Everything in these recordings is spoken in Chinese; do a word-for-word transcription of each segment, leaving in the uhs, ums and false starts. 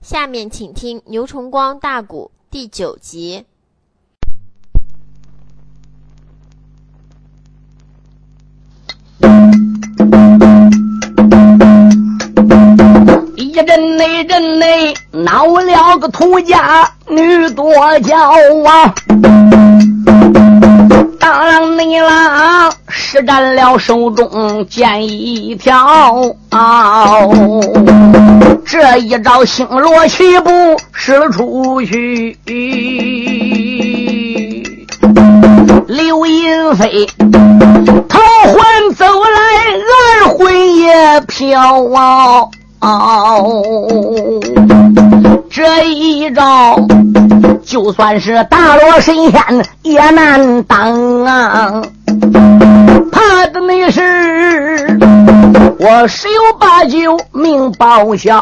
下面请听牛崇光大鼓第九集。 一阵内阵内闹了个土家女多娇啊，当然内郎施展了手中剑一条，哦，这一招星罗棋布使出去，刘银飞头魂走来，二魂也飘啊，哦，这一招就算是大罗神仙也难当啊！怕的那是我十有八九命报销，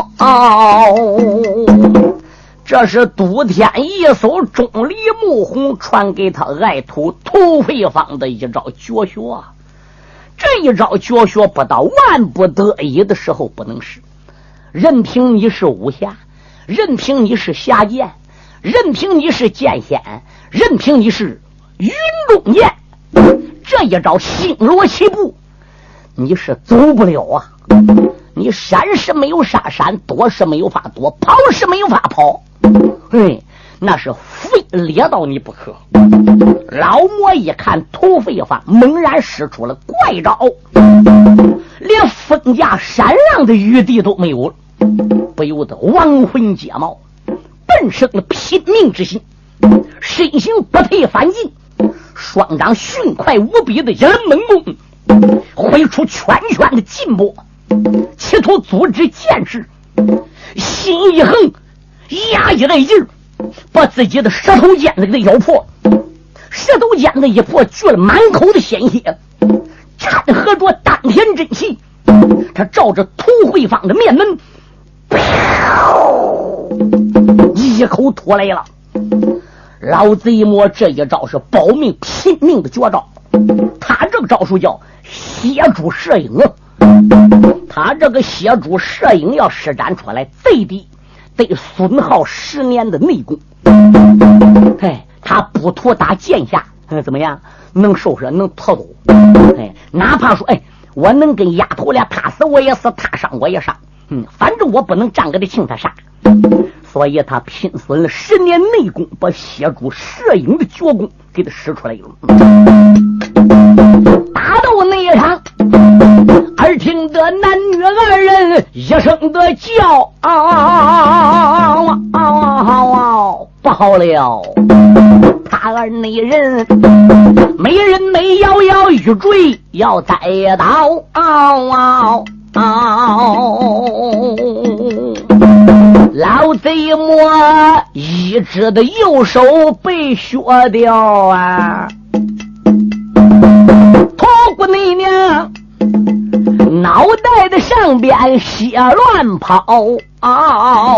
这是都天一艘钟离木红传给他爱徒土匪坊的一招绝学。这一招绝学不到万不得已的时候不能使，任凭你是武侠，任凭你是侠剑，任凭你是剑仙，任凭你是云中剑，这一招星罗棋布你是走不了啊！你闪是没有杀闪，躲是没有法躲，跑是没有法跑，嘿，那是非猎到你不可。老魔一看土匪坊猛然使出了怪招，连封架闪亮的余地都没有了，不由得亡魂皆冒，奔生了拼命之心，身形不退反进，双掌迅快无比的一人猛攻，挥出圈圈的劲波，企图阻止剑士，心一横，压一来劲儿，把自己的舌头尖子给咬破，舌头尖子一破，聚了满口的鲜血，掺合着丹田真气，他照着土匪坊的面门一口吐来了。老贼魔这一招是保命拼命的绝招，他这个招数叫血珠射影，他这个血珠射影要施展出来，最低得损耗十年的内功。哎，他不图打剑下，哎，怎么样？能受伤，能逃走。哎，哪怕说，哎，我能跟丫头俩，他死我也死，他伤我也伤。嗯，反正我不能站给他请他杀。所以他拼损了十年内功，把血珠射影的绝功给他使出来了。打到那一场，而听得男女二人一声的叫啊啊啊！不好了，他二那人每人每摇摇欲坠，要栽倒啊啊！老贼魔一只的右手被削掉啊！托过那娘脑袋的上边血乱跑啊！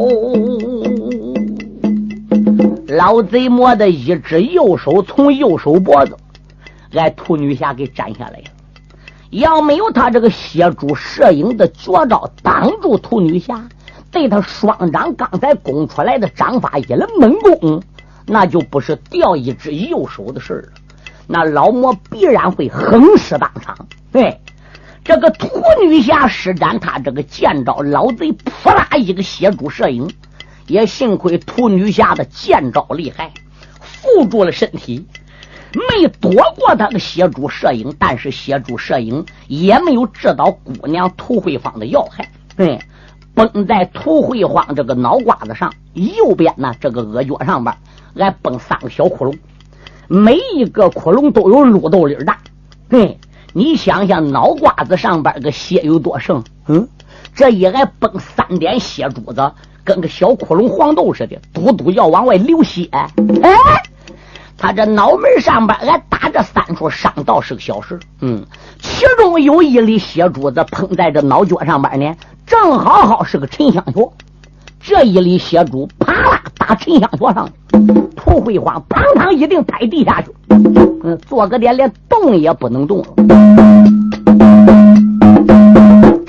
老贼魔的一只右手从右手脖子挨兔女侠给斩下来了。要没有他这个血珠射影的绝招挡住兔女侠，对他双掌刚才攻出来的掌法一了猛攻，那就不是掉一只右手的事了，那老魔必然会横尸当场。对，这个兔女侠施展他这个剑招，老贼扑啦一个血珠射影，也幸亏兔女侠的剑招厉害，护住了身体，没躲过他的血珠射影，但是血珠射影也没有治到姑娘涂慧芳的要害。对，崩在涂慧芳这个脑瓜子上，右边呢这个额角上边来崩三个小窟窿，每一个窟窿都有绿豆粒大。对，你想想脑瓜子上边个血有多盛，嗯，这一来崩三点血珠子，跟个小窟窿黄豆似的，嘟嘟要往外流血。哎，他这脑门上边还打着三处伤倒是个小事，嗯，其中有一粒血珠子碰在这脑角上边呢，正好好是个沉香穴，这一粒血珠啪啦打沉香穴上，涂慧芳砰砰一定拍地下去，嗯，做个点连动也不能动了。沉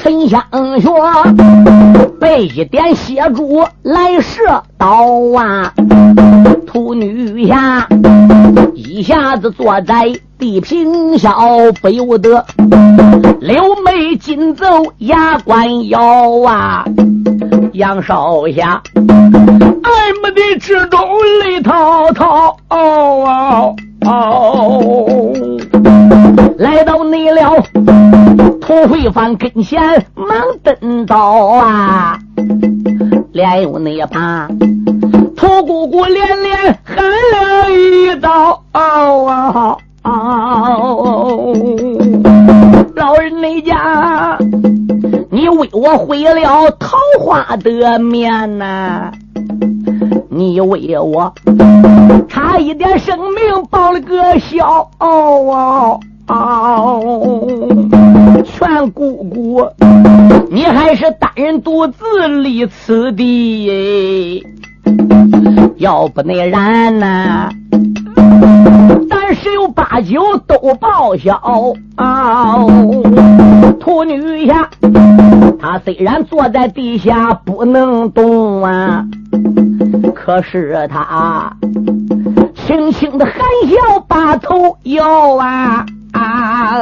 陈香雪被一点血珠来射倒啊，兔女侠一下子坐在地平小，不由得柳眉紧皱牙关咬啊，杨少侠爱慕的之中泪滔滔哦哦，来到你了土匪犯跟前忙登到啊，连有那把土姑姑连连喊了一道哦哦，老人那家你为我毁了桃花的面呐、啊，你为我差一点生命报了个销哦哦，劝姑姑你还是单人独自立此地，要不那然呐、啊，咱十有八九都报销哦。兔女侠她虽然坐在地下不能动啊，可是她轻轻的含笑把头摇啊啊！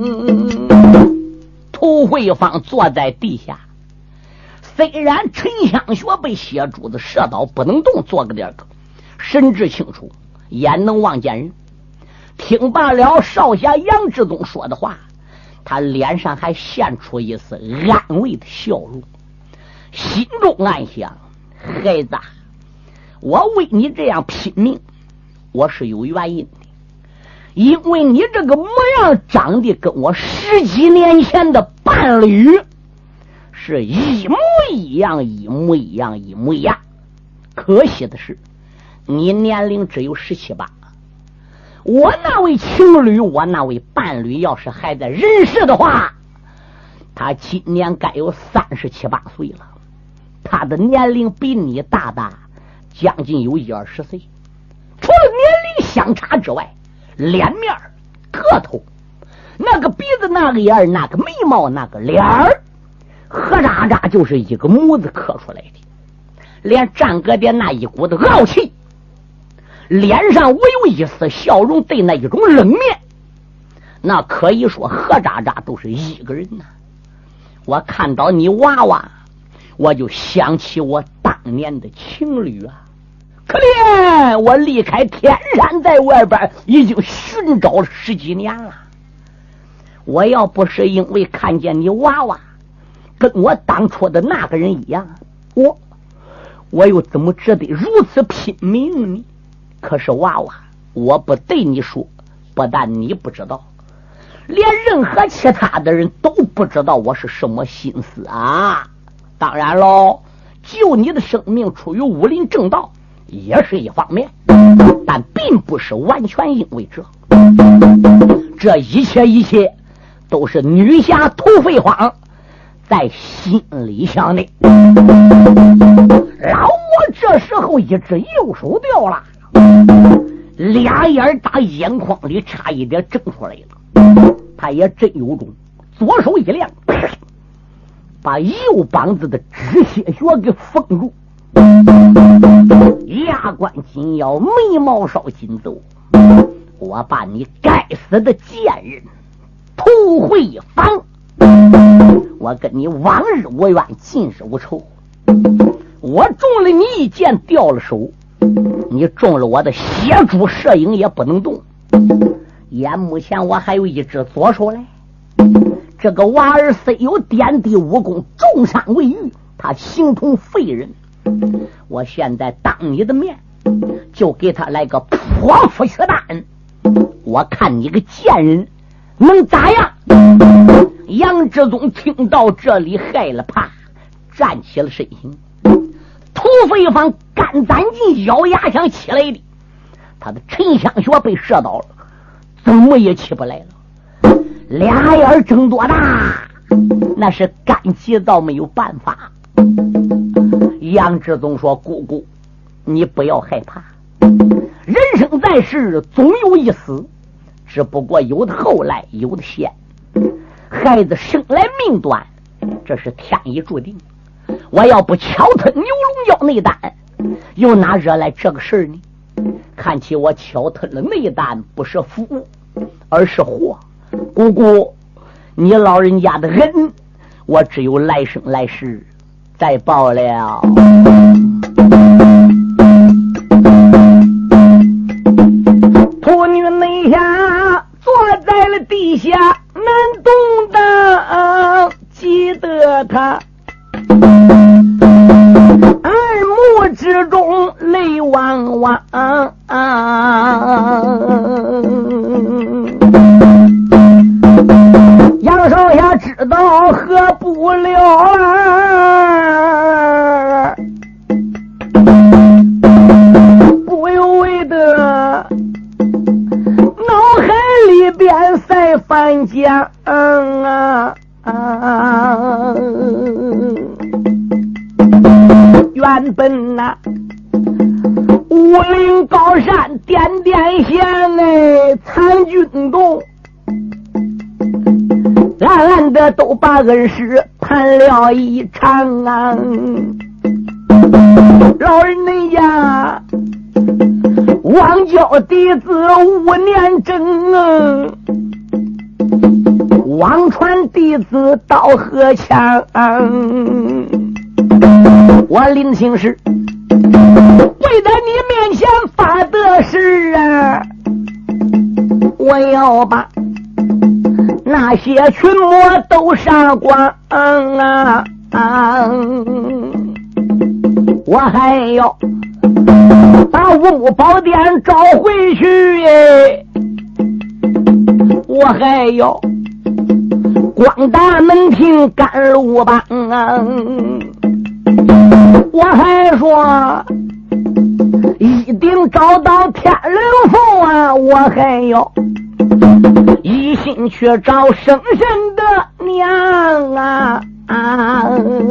涂慧芳坐在地下，虽然陈香雪被血珠子射倒不能动，做个点个神志清楚，眼能望见人。听罢了少侠杨志宗说的话，他脸上还现出一丝安慰的笑容，心中暗想：孩子，我为你这样拼命，我是有原因的，因为你这个模样长得跟我十几年前的伴侣是一模一样，一模一样，一模一样。可惜的是，你年龄只有十七八。我那位情侣，我那位伴侣，要是还在人世的话，他今年该有三十七八岁了。他的年龄比你大大将近有一二十岁。除了年龄相差之外，脸面个头，那个鼻子，那个眼，那个眉毛，那个脸儿，何渣渣就是一个模子刻出来的，连站个的那一股的傲气，脸上唯有一丝笑容，对那一种冷面，那可以说何渣渣都是一个人呐、啊。我看到你娃娃，我就想起我当年的情侣啊。可怜我离开天山，在外边已经寻找了十几年了。我要不是因为看见你娃娃跟我当初的那个人一样，我我又怎么值得如此拼命呢？可是娃娃，我不对你说，不但你不知道，连任何其他的人都不知道我是什么心思啊！当然喽，救你的生命出于武林正道也是一方面，但并不是完全因为这，这一切一切都是女侠土匪荒在心里想的。老魔这时候一只右手掉了，俩眼打眼眶里差一点睁出来了，他也真有种，左手一亮，把右膀子的止血穴给封住，牙关紧咬，眉毛梢紧皱。我把你该死的贱人涂慧芳，我跟你往日无冤，近日无仇。我中了你一箭掉了手，你中了我的血珠射影也不能动。眼目前我还有一只左手来，这个娃儿虽有点地武功，重伤未愈，他形同废人。我现在当你的面就给他来个破腹血弹，我看你个贱人能咋样？杨志宗听到这里害了怕，站起了身形。土匪方干攒劲咬牙想起来的，他的陈香雪被射倒了，怎么也起不来了，俩眼睁多大，那是干急到没有办法。杨志宗说：姑姑，你不要害怕，人生在世总有一死，只不过有的后来有的先。孩子生来命短， 这是天意注定。我要不敲吞牛龙角内丹，又哪惹来这个事儿呢？看起我敲吞了内丹不是福，而是祸。姑姑，你老人家的恩，我只有来生来世再报了。妇女内下坐在了地下难动荡，记得他耳目之中泪汪汪，杨少侠知道喝不了啊，不由为的脑海里边在翻江啊啊！原本呐、啊，武陵高山点点线内参军洞，暗暗的都把恩师盘了一场啊！老人家枉教弟子五年整啊，枉传弟子到河墙。我临行时跪在你面前发的誓啊，我要把那些群魔都杀光啊啊！我还要把五木宝典找回去耶，我还要广大门庭甘露帮啊！我还说一定找到天人凤啊！我还要一心去找生神的娘啊！啊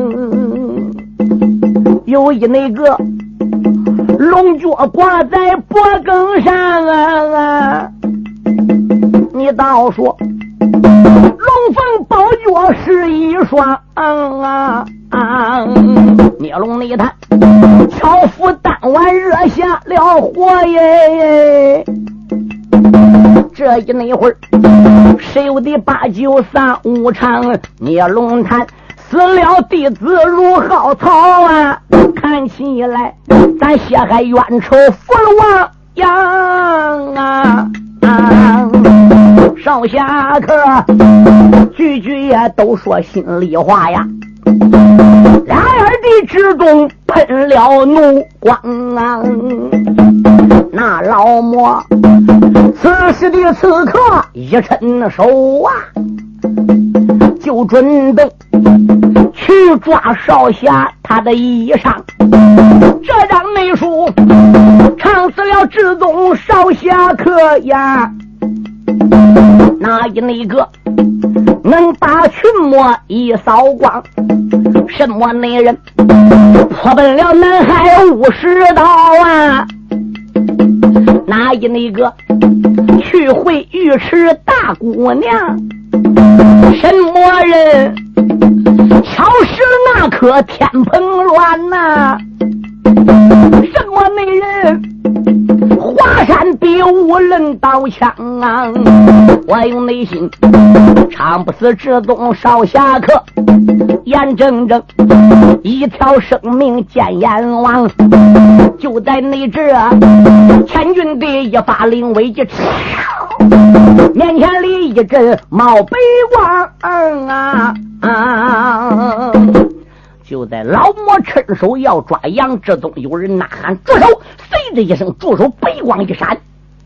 有一那个龙角挂在脖梗上啊！你倒说龙凤宝脚是一双啊！啊！聂龙内滩巧妇当晚热下了火耶！这一那会儿，谁有的把酒洒无常？聂龙滩死了弟子如蒿草啊！看起来咱血海冤仇伏了王阳啊！啊少侠客句句也都说心里话呀，然而的之中喷了怒光啊！那老魔此时的此刻一伸手啊，就准备去抓少侠他的衣裳。这张内书唱死了至宗少侠客呀，那一那个能把群魔一扫光，什么内人破奔了南海五十道啊，那一那个去会尉迟大姑娘，什么人敲实那颗天蓬乱呐、啊，什么内人华山比武论刀枪啊！我用内心唱不死至宗少侠客，眼睁睁一条生命见阎王，就在那这千军的一发令威机，面前里一阵冒北光啊啊！就在老魔趁手要抓杨志宗，有人呐喊住手，随着一声住手，北光一闪，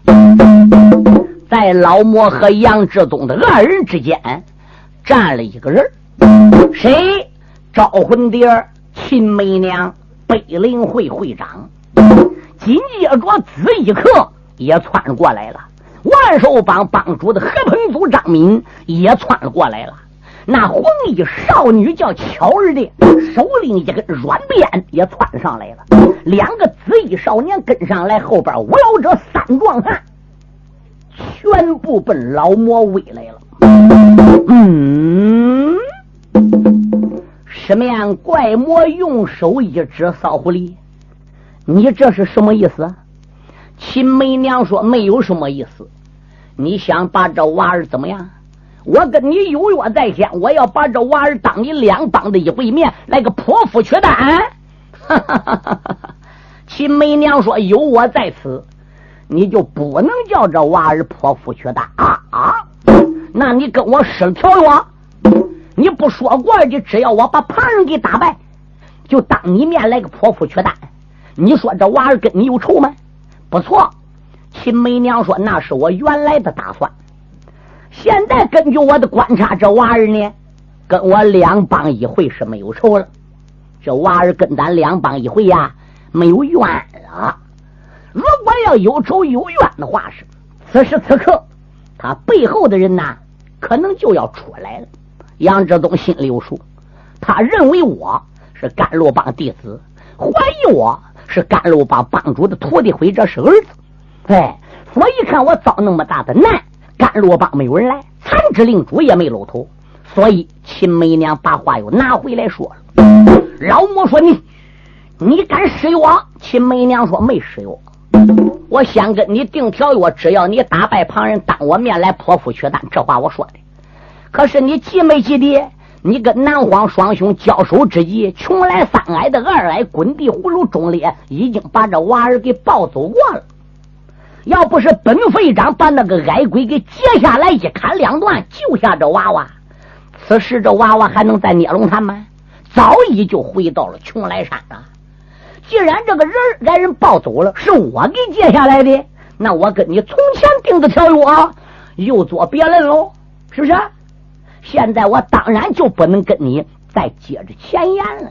在老魔和杨志宗的二人之间站了一个人，谁？招魂蝶秦媚娘北灵会会长。紧接着子一刻也窜过来了，万寿帮帮主的何鹏祖张敏也窜了过来了，那红衣少女叫巧儿的手拎一根软鞭也窜上来了，两个紫衣少年跟上来，后边五老者三壮汉全部奔老魔围来了。嗯， 吃面怪魔用手一指骚狐狸，你这是什么意思？秦媚娘说没有什么意思，你想把这娃儿怎么样？我跟你有约在先，我要把这娃儿当你两帮的一回面，来个泼妇缺蛋。秦媚娘说有我在此，你就不能叫这娃儿泼妇缺蛋啊啊！那你跟我使条约，你不说过的，只要我把旁人给打败，就当你面来个泼妇缺蛋。你说这娃儿跟你有仇吗？不错，秦媚娘说那是我原来的打算。现在根据我的观察，这娃儿呢跟我两帮一回是没有仇了。这娃儿跟咱两帮一回呀没有怨了。如果要有仇有怨的话，是此时此刻他背后的人呐可能就要出来了。杨志东心里有数，他认为我是甘露帮弟子，怀疑我是甘露帮帮主的徒弟或者是儿子。哎，所以看我遭那么大的难，甘露帮没有人来，残肢令主也没露头，所以秦媚娘把话又拿回来说了。老魔说你你敢施我？秦媚娘说没施我，我先跟你定条约，只要你打败旁人，当我面来泼妇缺蛋，这话我说的。可是你记没记得，你跟南荒双兄交手之际，穷来三矮的二矮滚地葫芦忠烈已经把这娃儿给抱走过了。要不是本会长把那个矮鬼给截下来一砍两段，救下这娃娃，此时这娃娃还能在聂龙潭吗？早已就回到了邛崃山了。既然这个人挨人抱走了，是我给接下来的，那我跟你从前定的条约啊，又做别人喽，是不是？现在我当然就不能跟你再接着前言了。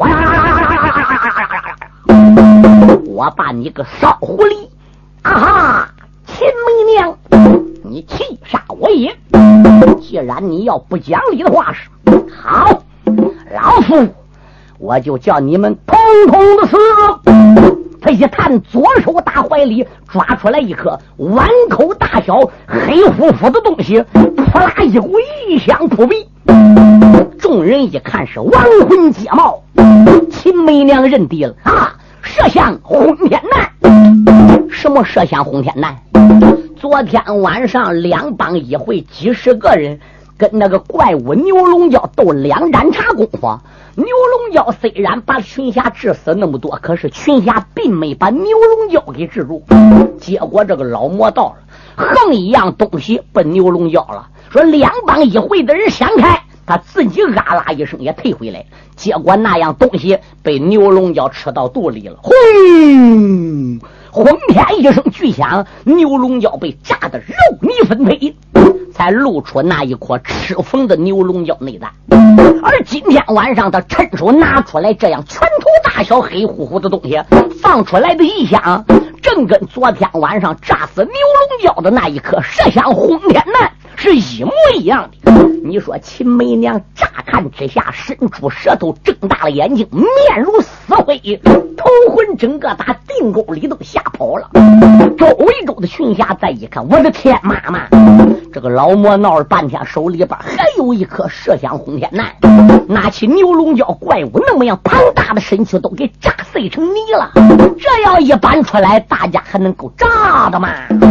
我把你个骚狐狸，啊哈！秦媚娘，你气杀我也！既然你要不讲理的话是好，老夫我就叫你们统统的死。他一探左手大怀里抓出来一颗碗口大小黑乎乎的东西，扑啦一股异香扑鼻。众人一看是亡魂皆冒，秦媚娘认定了啊，麝香轰天难。什么麝香轰天难？昨天晚上两帮一会几十个人跟那个怪物牛龙蛟斗两盏茶功夫，牛龙蛟虽然把群侠治死那么多，可是群侠并没把牛龙蛟给治住。结果这个老魔到了，横一样东西奔牛龙蛟了，说两帮一会的人闪开，他自己啊啦一声也退回来，结果那样东西被牛龙蛟吃到肚里了。轰！轰天一声巨响，牛龙蛟被炸得肉泥纷飞，才露出那一颗赤缝的牛龙蛟内脏。而今天晚上他趁手拿出来这样拳头大小黑乎乎的东西，放出来的异香正跟昨天晚上炸死牛龙蛟的那一颗麝香轰天难是一模一样的。你说秦媚娘乍看之下伸出舌头，睁大了眼睛，面如死灰，头魂整个打定沟里都吓跑了。周围周的群侠再一看，我的天妈妈，这个老魔闹了半天，手里边还有一颗麝香轰天难，拿起牛龙蛟怪物那么样庞大的身躯都给炸碎成泥了。这要一搬出来，大家还能够炸的吗？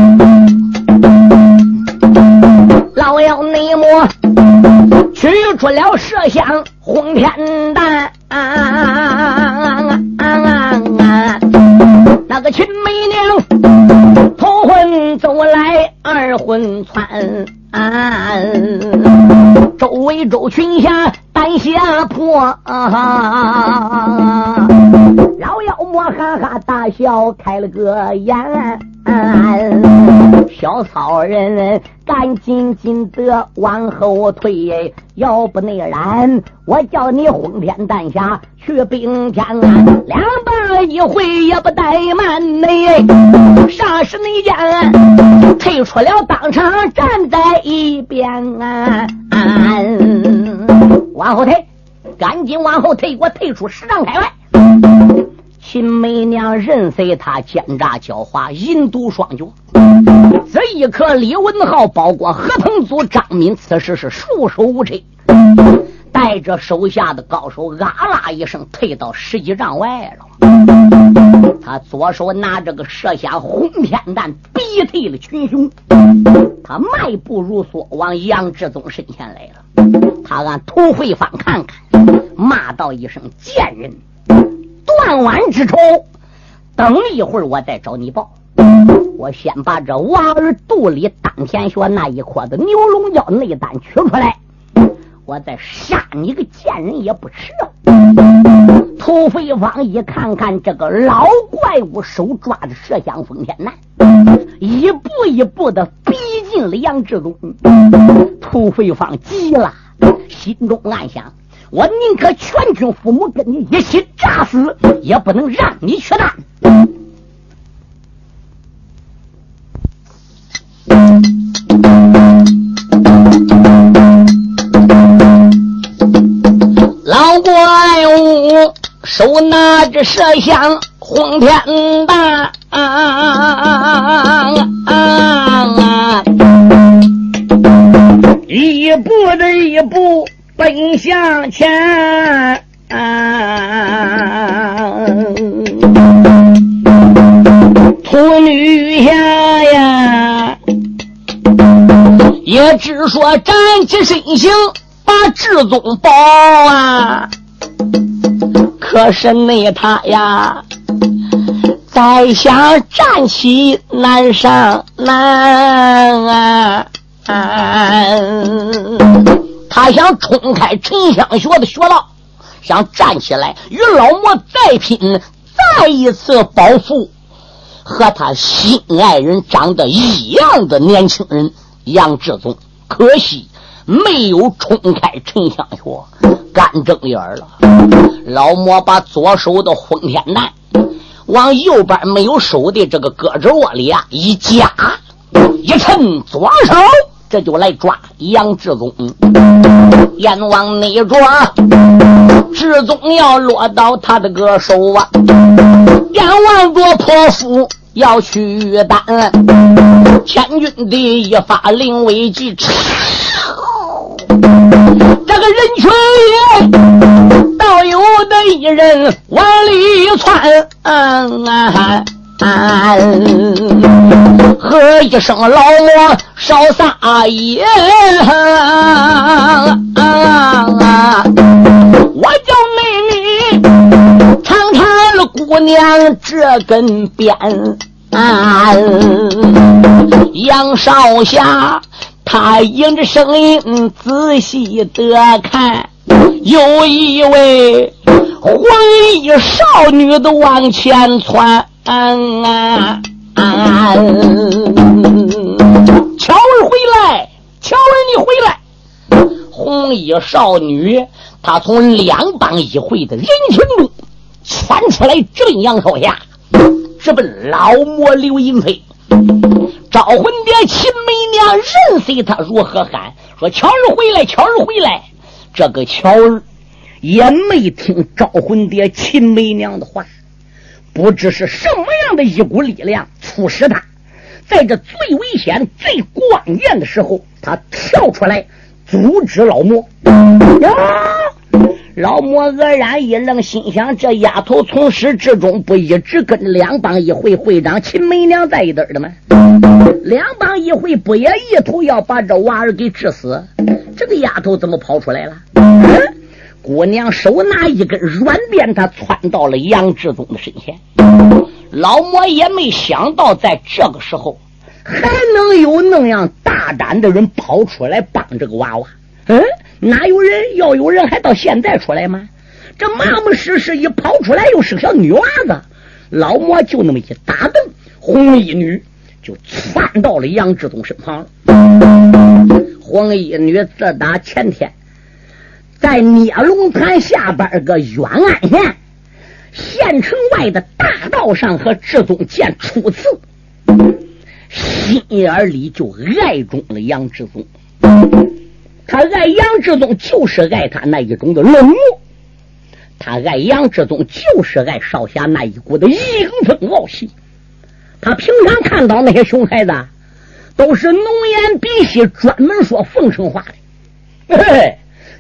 老妖内魔取出了麝香轰天弹，啊啊啊啊、那个秦媚娘头魂走来二魂窜，啊、周围周群侠胆吓破，啊、老妖魔哈哈大笑开了个眼，小草人赶紧紧的往后退，要不内然我叫你轰天弹下去兵天啊！两帮一回也不怠慢内，啥时你见退出了当场站在一边啊！往后退，赶紧往后退，给我退出十丈开外。秦媚娘任随他奸诈狡猾，阴毒双绝。这一刻李文浩包括何腾祖张敏此时是束手无策，但带着手下的高手啊啦一声退到十几丈外了。他左手拿着个射下轰天弹，逼退了群雄。他迈步如梭往杨志宗身前来了。他按土匪方看看，骂道一声：贱人，断腕之仇，等一会儿我再找你报。我先把这娃儿肚里丹田穴那一颗的牛龙胶内丹取出来，我再杀你个贱人也不迟。土匪方一看看这个老怪物手抓着麝香封天弹，一步一步的逼近了杨志宗。土匪方急了，心中暗想：我宁可全军覆没，跟你一起炸死，也不能让你取弹。老怪物手拿着麝香轰天弹，啊啊啊、一步的一步奔向前，啊、土女侠呀，也只说站起身形把志宗保啊，可是那他呀再想站起难上难啊，他想冲开沉香穴的穴道，想站起来与老魔再拼，再一次保护和他心爱人长得一样的年轻人杨志宗，可惜没有冲开沉香穴，干睁眼了。老魔把左手的轰天弹往右边没有手的这个胳肢窝里啊一夹一抻，左手这就来抓杨志宗。眼往内抓，志宗要落到他的个手啊，眼望着破腹要去单，千军的一发临危机，这个人群里倒有的一人往里窜，嗯啊啊、喝一声老魔少撒野，啊啊、我叫妹妹尝尝了姑娘这根鞭，啊、杨少侠他迎着声音仔细的看，有一位红衣少女的往前窜，啊啊啊、巧儿回来，巧儿你回来。红衣少女她从两帮一会的人群中窜出来，直奔杨少侠，直奔老魔刘银飞。招魂蝶秦媚娘任随他如何喊，说巧儿回来，巧儿回来。这个巧儿也没听招魂蝶秦媚娘的话，不知是什么样的一股力量促使他在这最危险最关键的时候，他跳出来阻止老魔呀。老魔愕然一愣，心想这丫头从始至终不一直跟着两帮一会会长秦媚娘在一堆的吗？两帮一会不也意图要把这娃儿给治死？这个丫头怎么跑出来了？嗯，姑娘手拿一根软鞭，她窜到了杨志宗的身前。老魔也没想到在这个时候还能有那样大胆的人跑出来帮这个娃娃。嗯，哪有人要有人还到现在出来吗？这麻木实实一跑出来又是个小女娃子，老魔就那么一打蹬，红衣女就窜到了杨志宗身旁了。红衣女自打前天在聂龙潭下边个远安县县城外的大道上和志宗见初次，心眼里就爱中了杨志宗。他爱杨志宗就是爱他那一种的冷漠，他爱杨志宗就是爱少侠那一股的英风傲气。他平常看到那些熊孩子都是浓颜鼻息，专门说奉承话的，嘿嘿，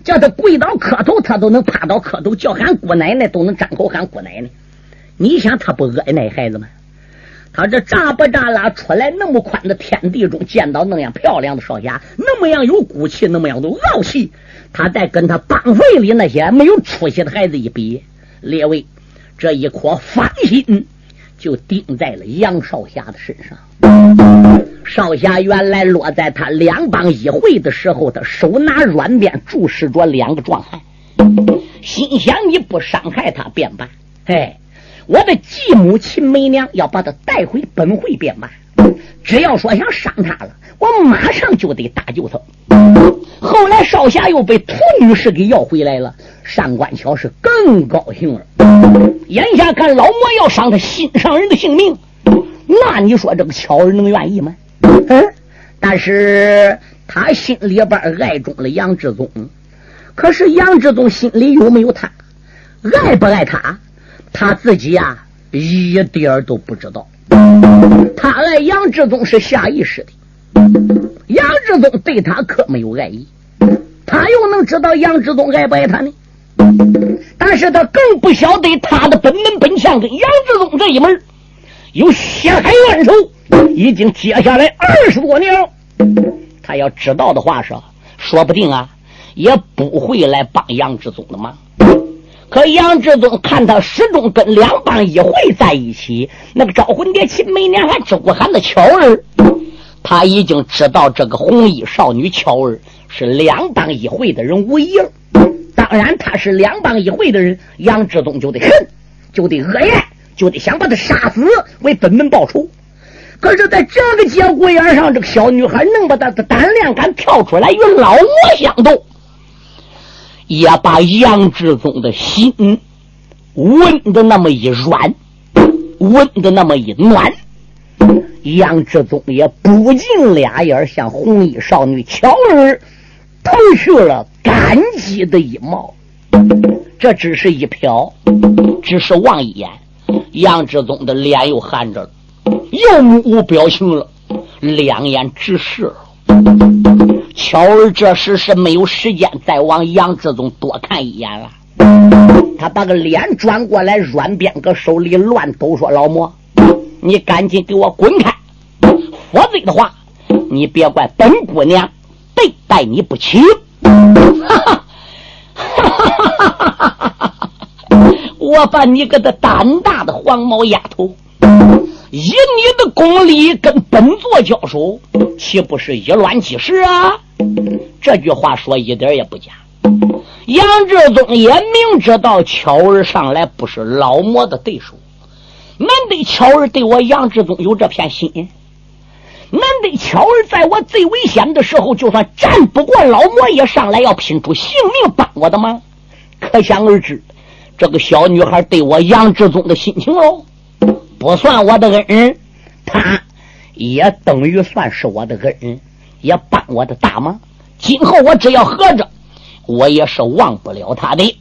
叫他跪倒磕头，他都能趴倒磕头；叫喊姑奶奶，都能张口喊姑奶奶。你想他不恶心那孩子吗？他这扎不扎拉出来那么宽的天地中，见到那样漂亮的少侠，那么样有骨气，那么样有傲气，他再跟他帮会里那些没有出息的孩子一比，列位这一颗芳心就定在了杨少侠的身上。少侠原来落在他两帮一会的时候，他手拿软鞭注视着两个壮汉，心想你不伤害他便罢，嘿，我的继母秦梅娘要把他带回本会便罢，只要说想伤他了，我马上就得打救他。后来少侠又被涂女士给要回来了，上官桥是更高兴了。眼下看老魔要伤他心上人的性命，那你说这个巧儿能愿意吗？嗯，但是他心里边爱中了杨志宗，可是杨志宗心里有没有他，爱不爱他，他自己啊一点都不知道。他爱杨志宗是下意识的，杨志宗对他可没有爱意，他又能知道杨志宗爱不爱他呢？但是他更不晓得他的本门本相跟杨志宗这一门有血海冤仇，已经接下来二十多年了。他要知道的话是，说不定啊也不会来帮杨志宗的忙。可杨志宗看他始终跟两帮一会在一起，那个招魂蝶秦梅娘还只顾喊的巧儿，他已经知道这个红衣少女巧儿是两帮一会的人无疑了。当然他是两帮一会的人，杨志宗就得恨，就得恶言，就得想把他杀死为本门报仇。可是在这个节骨眼上，这个小女孩能把她的胆量敢跳出来与老魔相斗，也把杨志宗的心温的那么一软，温的那么一暖。杨志宗也不禁俩眼向红衣少女巧儿投去了感激的一毛。这只是一瞟，只是望一眼，杨志宗的脸又含着了，又无表情了，两眼直视了。巧儿这时是没有时间再往杨志宗多看一眼了，他把个脸转过来，软鞭搁手里乱抖，说：“老魔，你赶紧给我滚开，否则的话，你别怪本姑娘对待你不起。”哈哈哈哈哈哈！我把你个的胆大的黄毛丫头，以你的功力跟本座交手，岂不是以卵击石啊？这句话说一点也不假。杨志宗也明知道巧儿上来不是老魔的对手，难得巧儿对我杨志宗有这片心，难得巧儿在我最危险的时候，就算战不过老魔也上来要拼出性命帮我的忙。可想而知，这个小女孩对我杨志宗的心情喽，不算我的恩人，她也等于算是我的恩人，也帮我的大忙。今后我只要合着，我也是忘不了她的。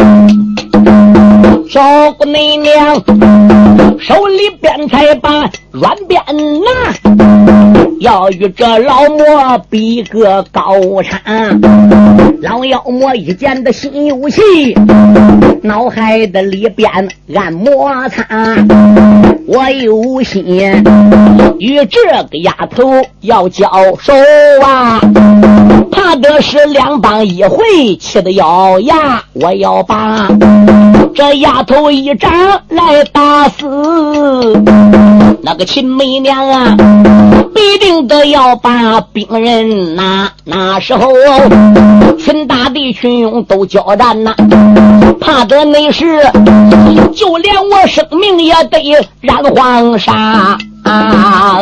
小姑娘手里边才把软鞭拿，要与这老魔比个高产。老妖魔一见的心有气，脑海的里边暗摩擦。我有心与这个丫头要交手啊，怕的是两帮一会气得咬牙，我要把这丫头一掌来打死。那个秦梅娘啊，必定得要把兵人拿，那时候群大地群勇都交战呐，怕得那时就连我生命也得染黄沙啊！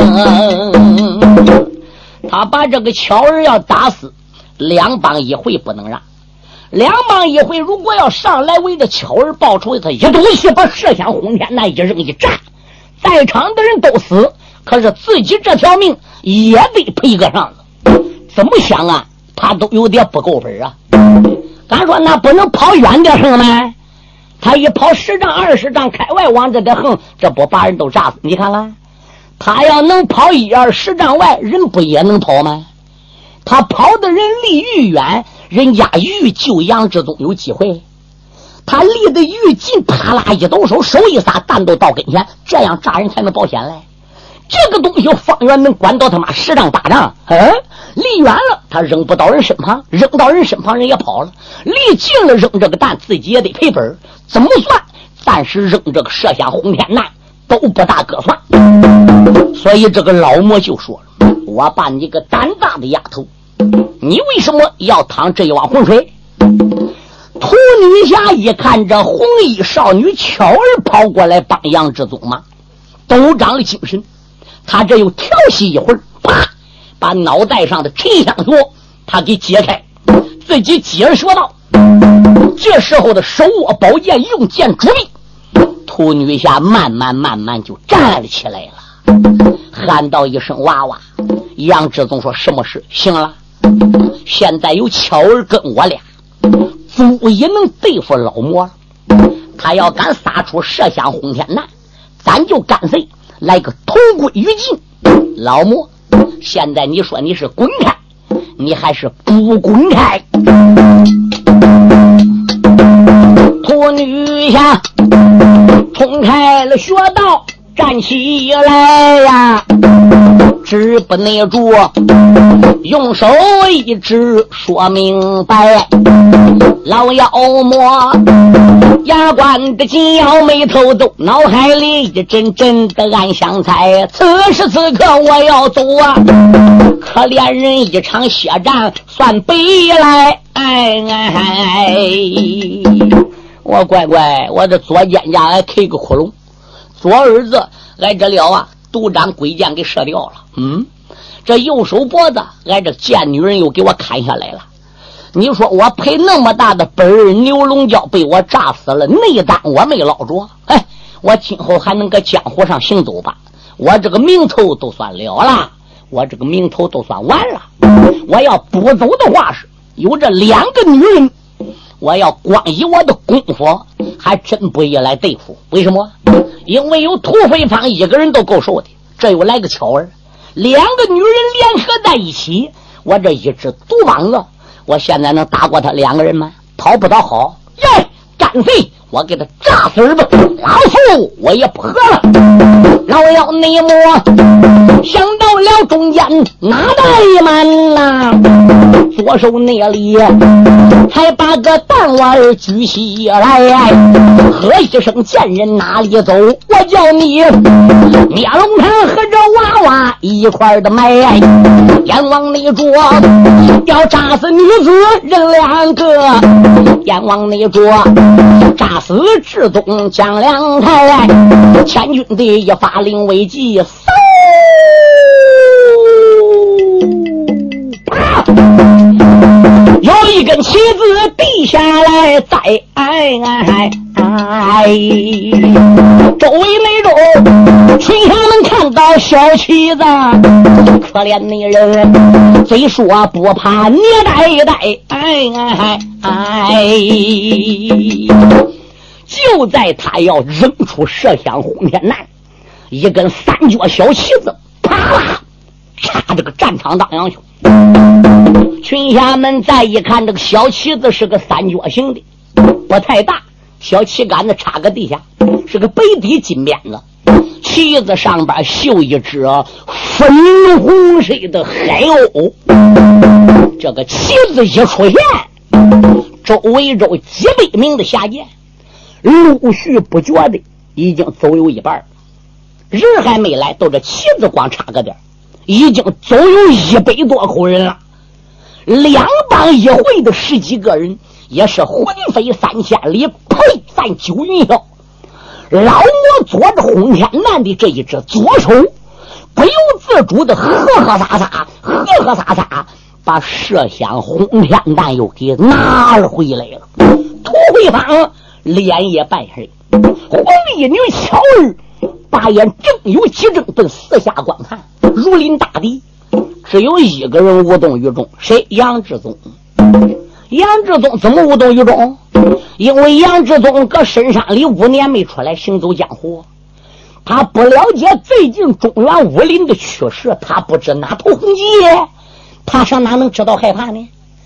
他把这个巧儿要打死，两帮一会不能让。两帮一会如果要上来为这巧儿报仇，他一东西把射向轰天，那一扔一炸，在场的人都死，可是自己这条命也得赔个上子。怎么想啊，他都有点不够分啊。咱说那不能跑远点横吗？他一跑十丈二十丈开外往这点横，这不把人都炸死？你看看他要能跑一二十丈外，人不也能跑吗？他跑的人离愈远， 人家欲救杨志宗有机会，他离得愈近，啪啦一抖手，手一撒，弹都到跟前，这样炸人才能保险嘞。这个东西方圆能管到他妈十丈八丈，嗯，离远了他扔不到人身旁，扔到人身旁人也跑了，离近了扔这个弹自己也得赔本，怎么算？暂时扔这个射向轰天弹都不大可算。所以这个老魔就说了，我把你个胆大的丫头，你为什么要淌这一碗浑水？屠女侠一看这红衣少女巧儿跑过来帮杨志宗嘛，都长了精神，他这又调戏一会儿，啪，把脑袋上的沉香锁他给解开，自己接着说道，这时候的手握宝剑，用剑着力，屠女侠慢慢慢慢就站了起来了，喊道一声娃娃。杨志宗说，什么事？行了，现在有巧儿跟我俩足以能对付老魔了，他要敢撒出射向轰天弹，咱就干脆来个同归于尽。老魔，现在你说你是滚开，你还是不滚开？屠女侠冲开了穴道，站起来呀，止不内住，用手一指说明白，老妖魔牙关的紧咬，眉头皱，脑海里一阵阵的暗香猜，此时此刻我要走啊，可怜人一场血战算悲来，哎哎哎，我乖乖，我的左肩胛还开个窟窿，左耳子挨着了啊，独掌鬼剑给射掉了。嗯，这右手脖子挨着贱女人又给我砍下来了。你说我赔那么大的本儿，牛龙蛟被我炸死了，内丹我没捞着，哎，我今后还能搁江湖上行走吧？我这个名头都算了了，我这个名头都算完了。我要不走的话是有这两个女人，我要光以我的功夫还真不易来对付。为什么？因为有土匪方一个人都够受的，这又来个巧儿，两个女人联合在一起，我这一只独膀子，我现在能打过他两个人吗？讨不讨好？耶，干脆我给他炸死吧！老夫我也不喝了。老妖内魔想到了中间哪袋满了，左手那里才把个弹丸举起来，喝一声贱人哪里走，我叫你灭龙潭和这娃娃一块的埋，阎王内捉要炸死女子人两个，阎王内捉炸死志宗将两台，千军的一发令危急，嗖有一根旗子地下来，再哎哎哎，周围那种群侠们看到小旗子，可怜那人嘴说不怕捏带一带，哎哎哎，就在他要扔出射向轰天弹，一根三角小旗子啪啦插这个战场当阳去。群侠们再一看，这个小旗子是个三角形的，不太大，小旗杆子插个地下，是个白底金边子，旗子上边绣一只粉红色的海鸥。这个旗子一出现，周围州几百名的下贱陆续不觉的已经走有一半，人还没来，都这旗子光插个点，已经走有一百多口人了。两帮一会的十几个人也是魂飞三千里，呸散九云霄。老魔左着轰天弹的这一只左手不由自主的呵呵撒撒呵呵撒撒把射向轰天弹又给拿了回来了。土匪方脸也半黑，红衣女巧儿把眼正有几正奔四下观看，如临大敌。只有一个人无动于衷，谁？杨志宗。杨志宗怎么无动于衷？因为杨志宗搁深山里五年没出来行走江湖，他不了解最近中原武林的趋势，他不知哪头红旗，他上哪能知道害怕呢？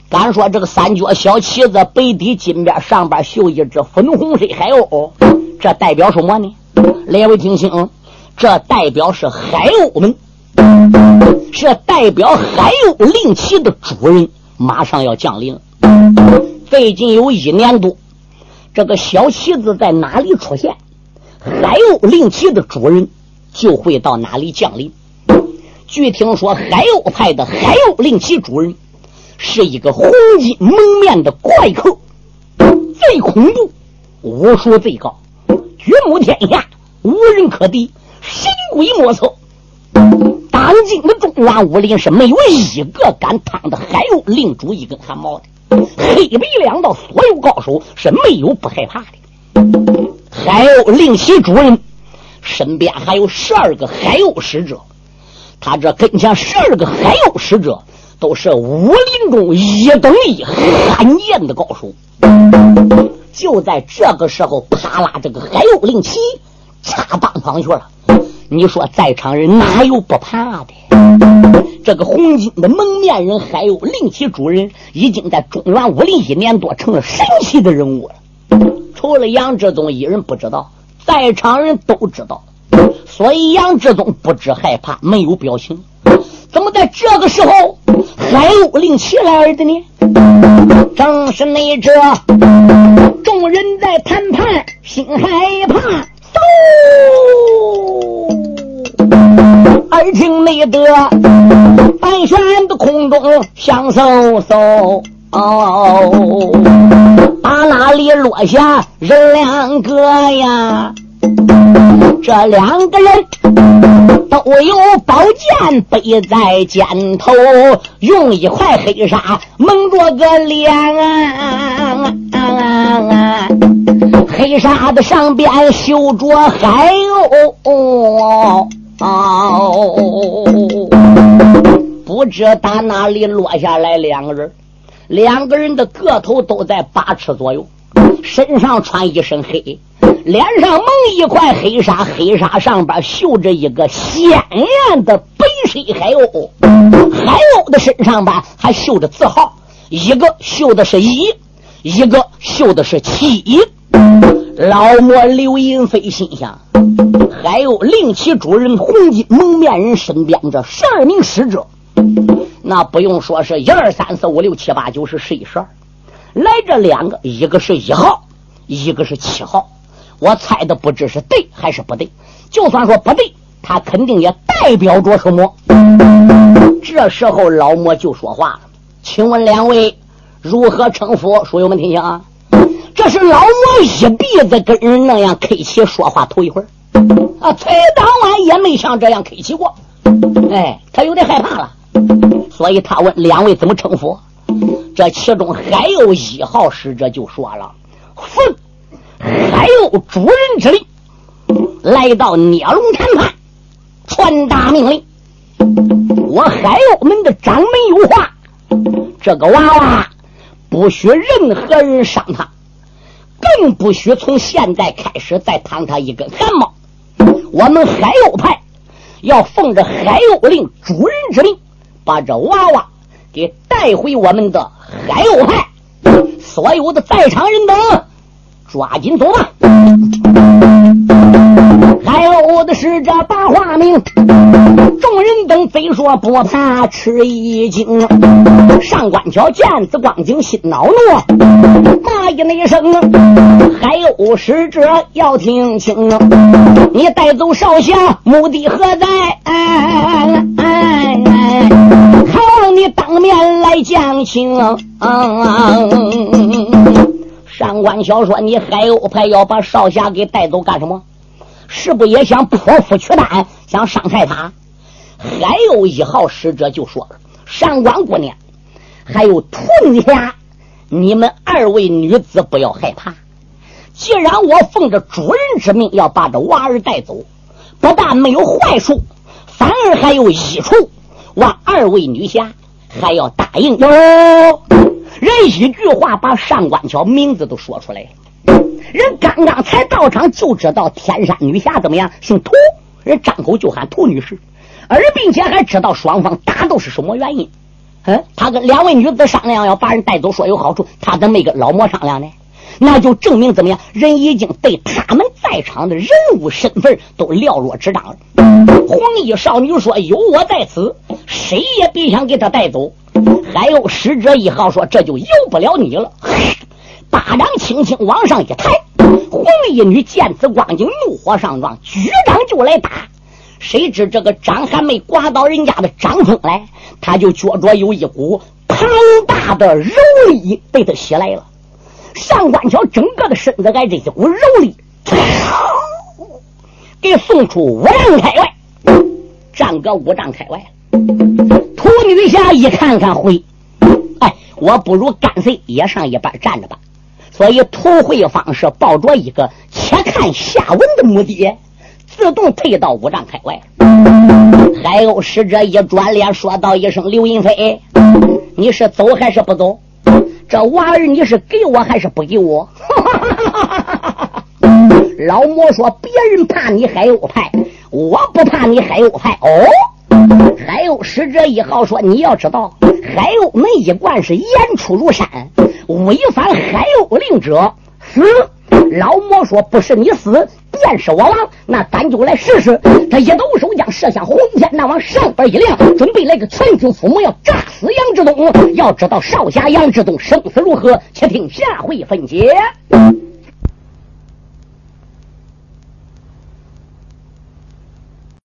敢说这个三角小旗子北底金边上边绣一只粉红色海鸥，这代表什么呢？列位听清，这代表是海鸥们，是代表海鸥令旗的主人马上要降临。最近有一年多，这个小旗子在哪里出现，海鸥令旗的主人就会到哪里降临。据听说海鸥派的海鸥令旗主人是一个红巾蒙面的怪客，最恐怖，武术最高，绝母天下，无人可敌，神鬼莫测。当今的中原武林是没有一个敢趟的海鸥令主一根汗毛的，黑白两道所有高手是没有不害怕的。海鸥令旗主人身边还有十二个海鸥使者，他这跟前十二个海鸥使者都是武林中一等一罕见的高手。就在这个时候，啪啦，这个海鸥令旗插当上去了。你说在场人哪有不怕的？这个红巾的蒙面人海鸥令旗主人已经在中原武林一年多成了神奇的人物了。除了杨志宗一人不知道，在场人都知道，所以杨志宗不知害怕，没有表情。怎么在这个时候海鸥令旗来的呢？正是那这众人在谈判，心害怕，嗖！耳听内得盘旋的空中响嗖嗖，哦，把那里落下人两个呀，这两个人都有宝剑背在肩头，用一块黑纱蒙着个脸啊，黑纱的上边绣着海鸥，哦哦，不知打哪里落下来两个人，两个人的个头都在八尺左右，身上穿一身黑，脸上蒙一块黑纱，黑纱上边绣着一个鲜艳的白色海鸥，海鸥的身上边还绣着字号，一个绣的是一，一个绣的是七。老莫刘银飞心想，海鸥令旗主人红巾蒙面人身边这十二名使者，那不用说是一二三四五六七八九十十一十二，来这两个，一个是一号，一个是七号。我猜的不知是对还是不对，就算说不对，他肯定也代表着什么。这时候老莫就说话了，请问两位如何称呼？书友们听清啊，这是老莫一鼻子跟人那样客气说话头一回啊，才当晚也没像这样客气过。哎，他有点害怕了，所以他问两位怎么称呼。这其中还有一号使者就说了，奉海鸥主人之令，来到聂龙谈判，传达命令，我海鸥们的掌门有话，这个娃娃不许任何人伤他，更不许从现在开始再烫他一根汗毛。我们海鸥派要奉着海鸥令主人之命，把这娃娃给带回我们的海鸥派。所有的在场人等抓紧走吧。海鸥的使者把话明，众人等贼说不怕吃一惊。上官桥见此光景心恼怒，骂一那声，海鸥使者要听清，你带走少侠目的何在？哎哎哎，还望你当面来讲清。上官小说你海鸥派要把少侠给带走干什么？是不是也想剖腹取胆，想伤害他？海鸥一号使者就说了，上官姑娘还有兔女侠，你们二位女子不要害怕，既然我奉着主人之命要把这娃儿带走，不但没有坏处，反而还有益处，望二位女侠还要答应哟。人一句话把上官桥名字都说出来了，人刚刚才到场就知道天山女侠怎么样，姓涂，人张口就喊涂女士，而并且还知道双方打斗是什么原因。 嗯，他跟两位女子商量要把人带走，说有好处，他怎么没跟老魔商量呢？那就证明怎么样？人已经对他们在场的人物身份都了若指掌了。红衣少女说：“有我在此，谁也别想给他带走。”还有使者一号说：“这就由不了你了。”巴掌轻轻往上一抬，红衣女见此光景，怒火上撞，举掌就来打。谁知这个掌还没刮到人家的掌风来，他就觉着有一股庞大的柔力被他袭来了。上官桥整个的身子挨这一股柔力给送出五丈开外，站个五丈开外。土女侠一看看会，哎，我不如干脆也上一半站着吧。所以涂慧芳是抱着一个且看下文的目的，自动退到五丈开外。还有使者一转脸说道一声：“刘云飞，你是走还是不走？这娃儿你是给我还是不给我？”老魔说：“别人怕你海鸥派，我不怕你海鸥派。”哦，海鸥使者一号说：“你要知道，海鸥门一贯是言出如山，违反海鸥令者死。”老魔说：“不是你死，便是我亡，那咱就来试试。”他一抖手将射向红天那往上边一亮，准备来个全军覆没，要炸死杨志东。要知道少侠杨志东生死如何，且听下回分解。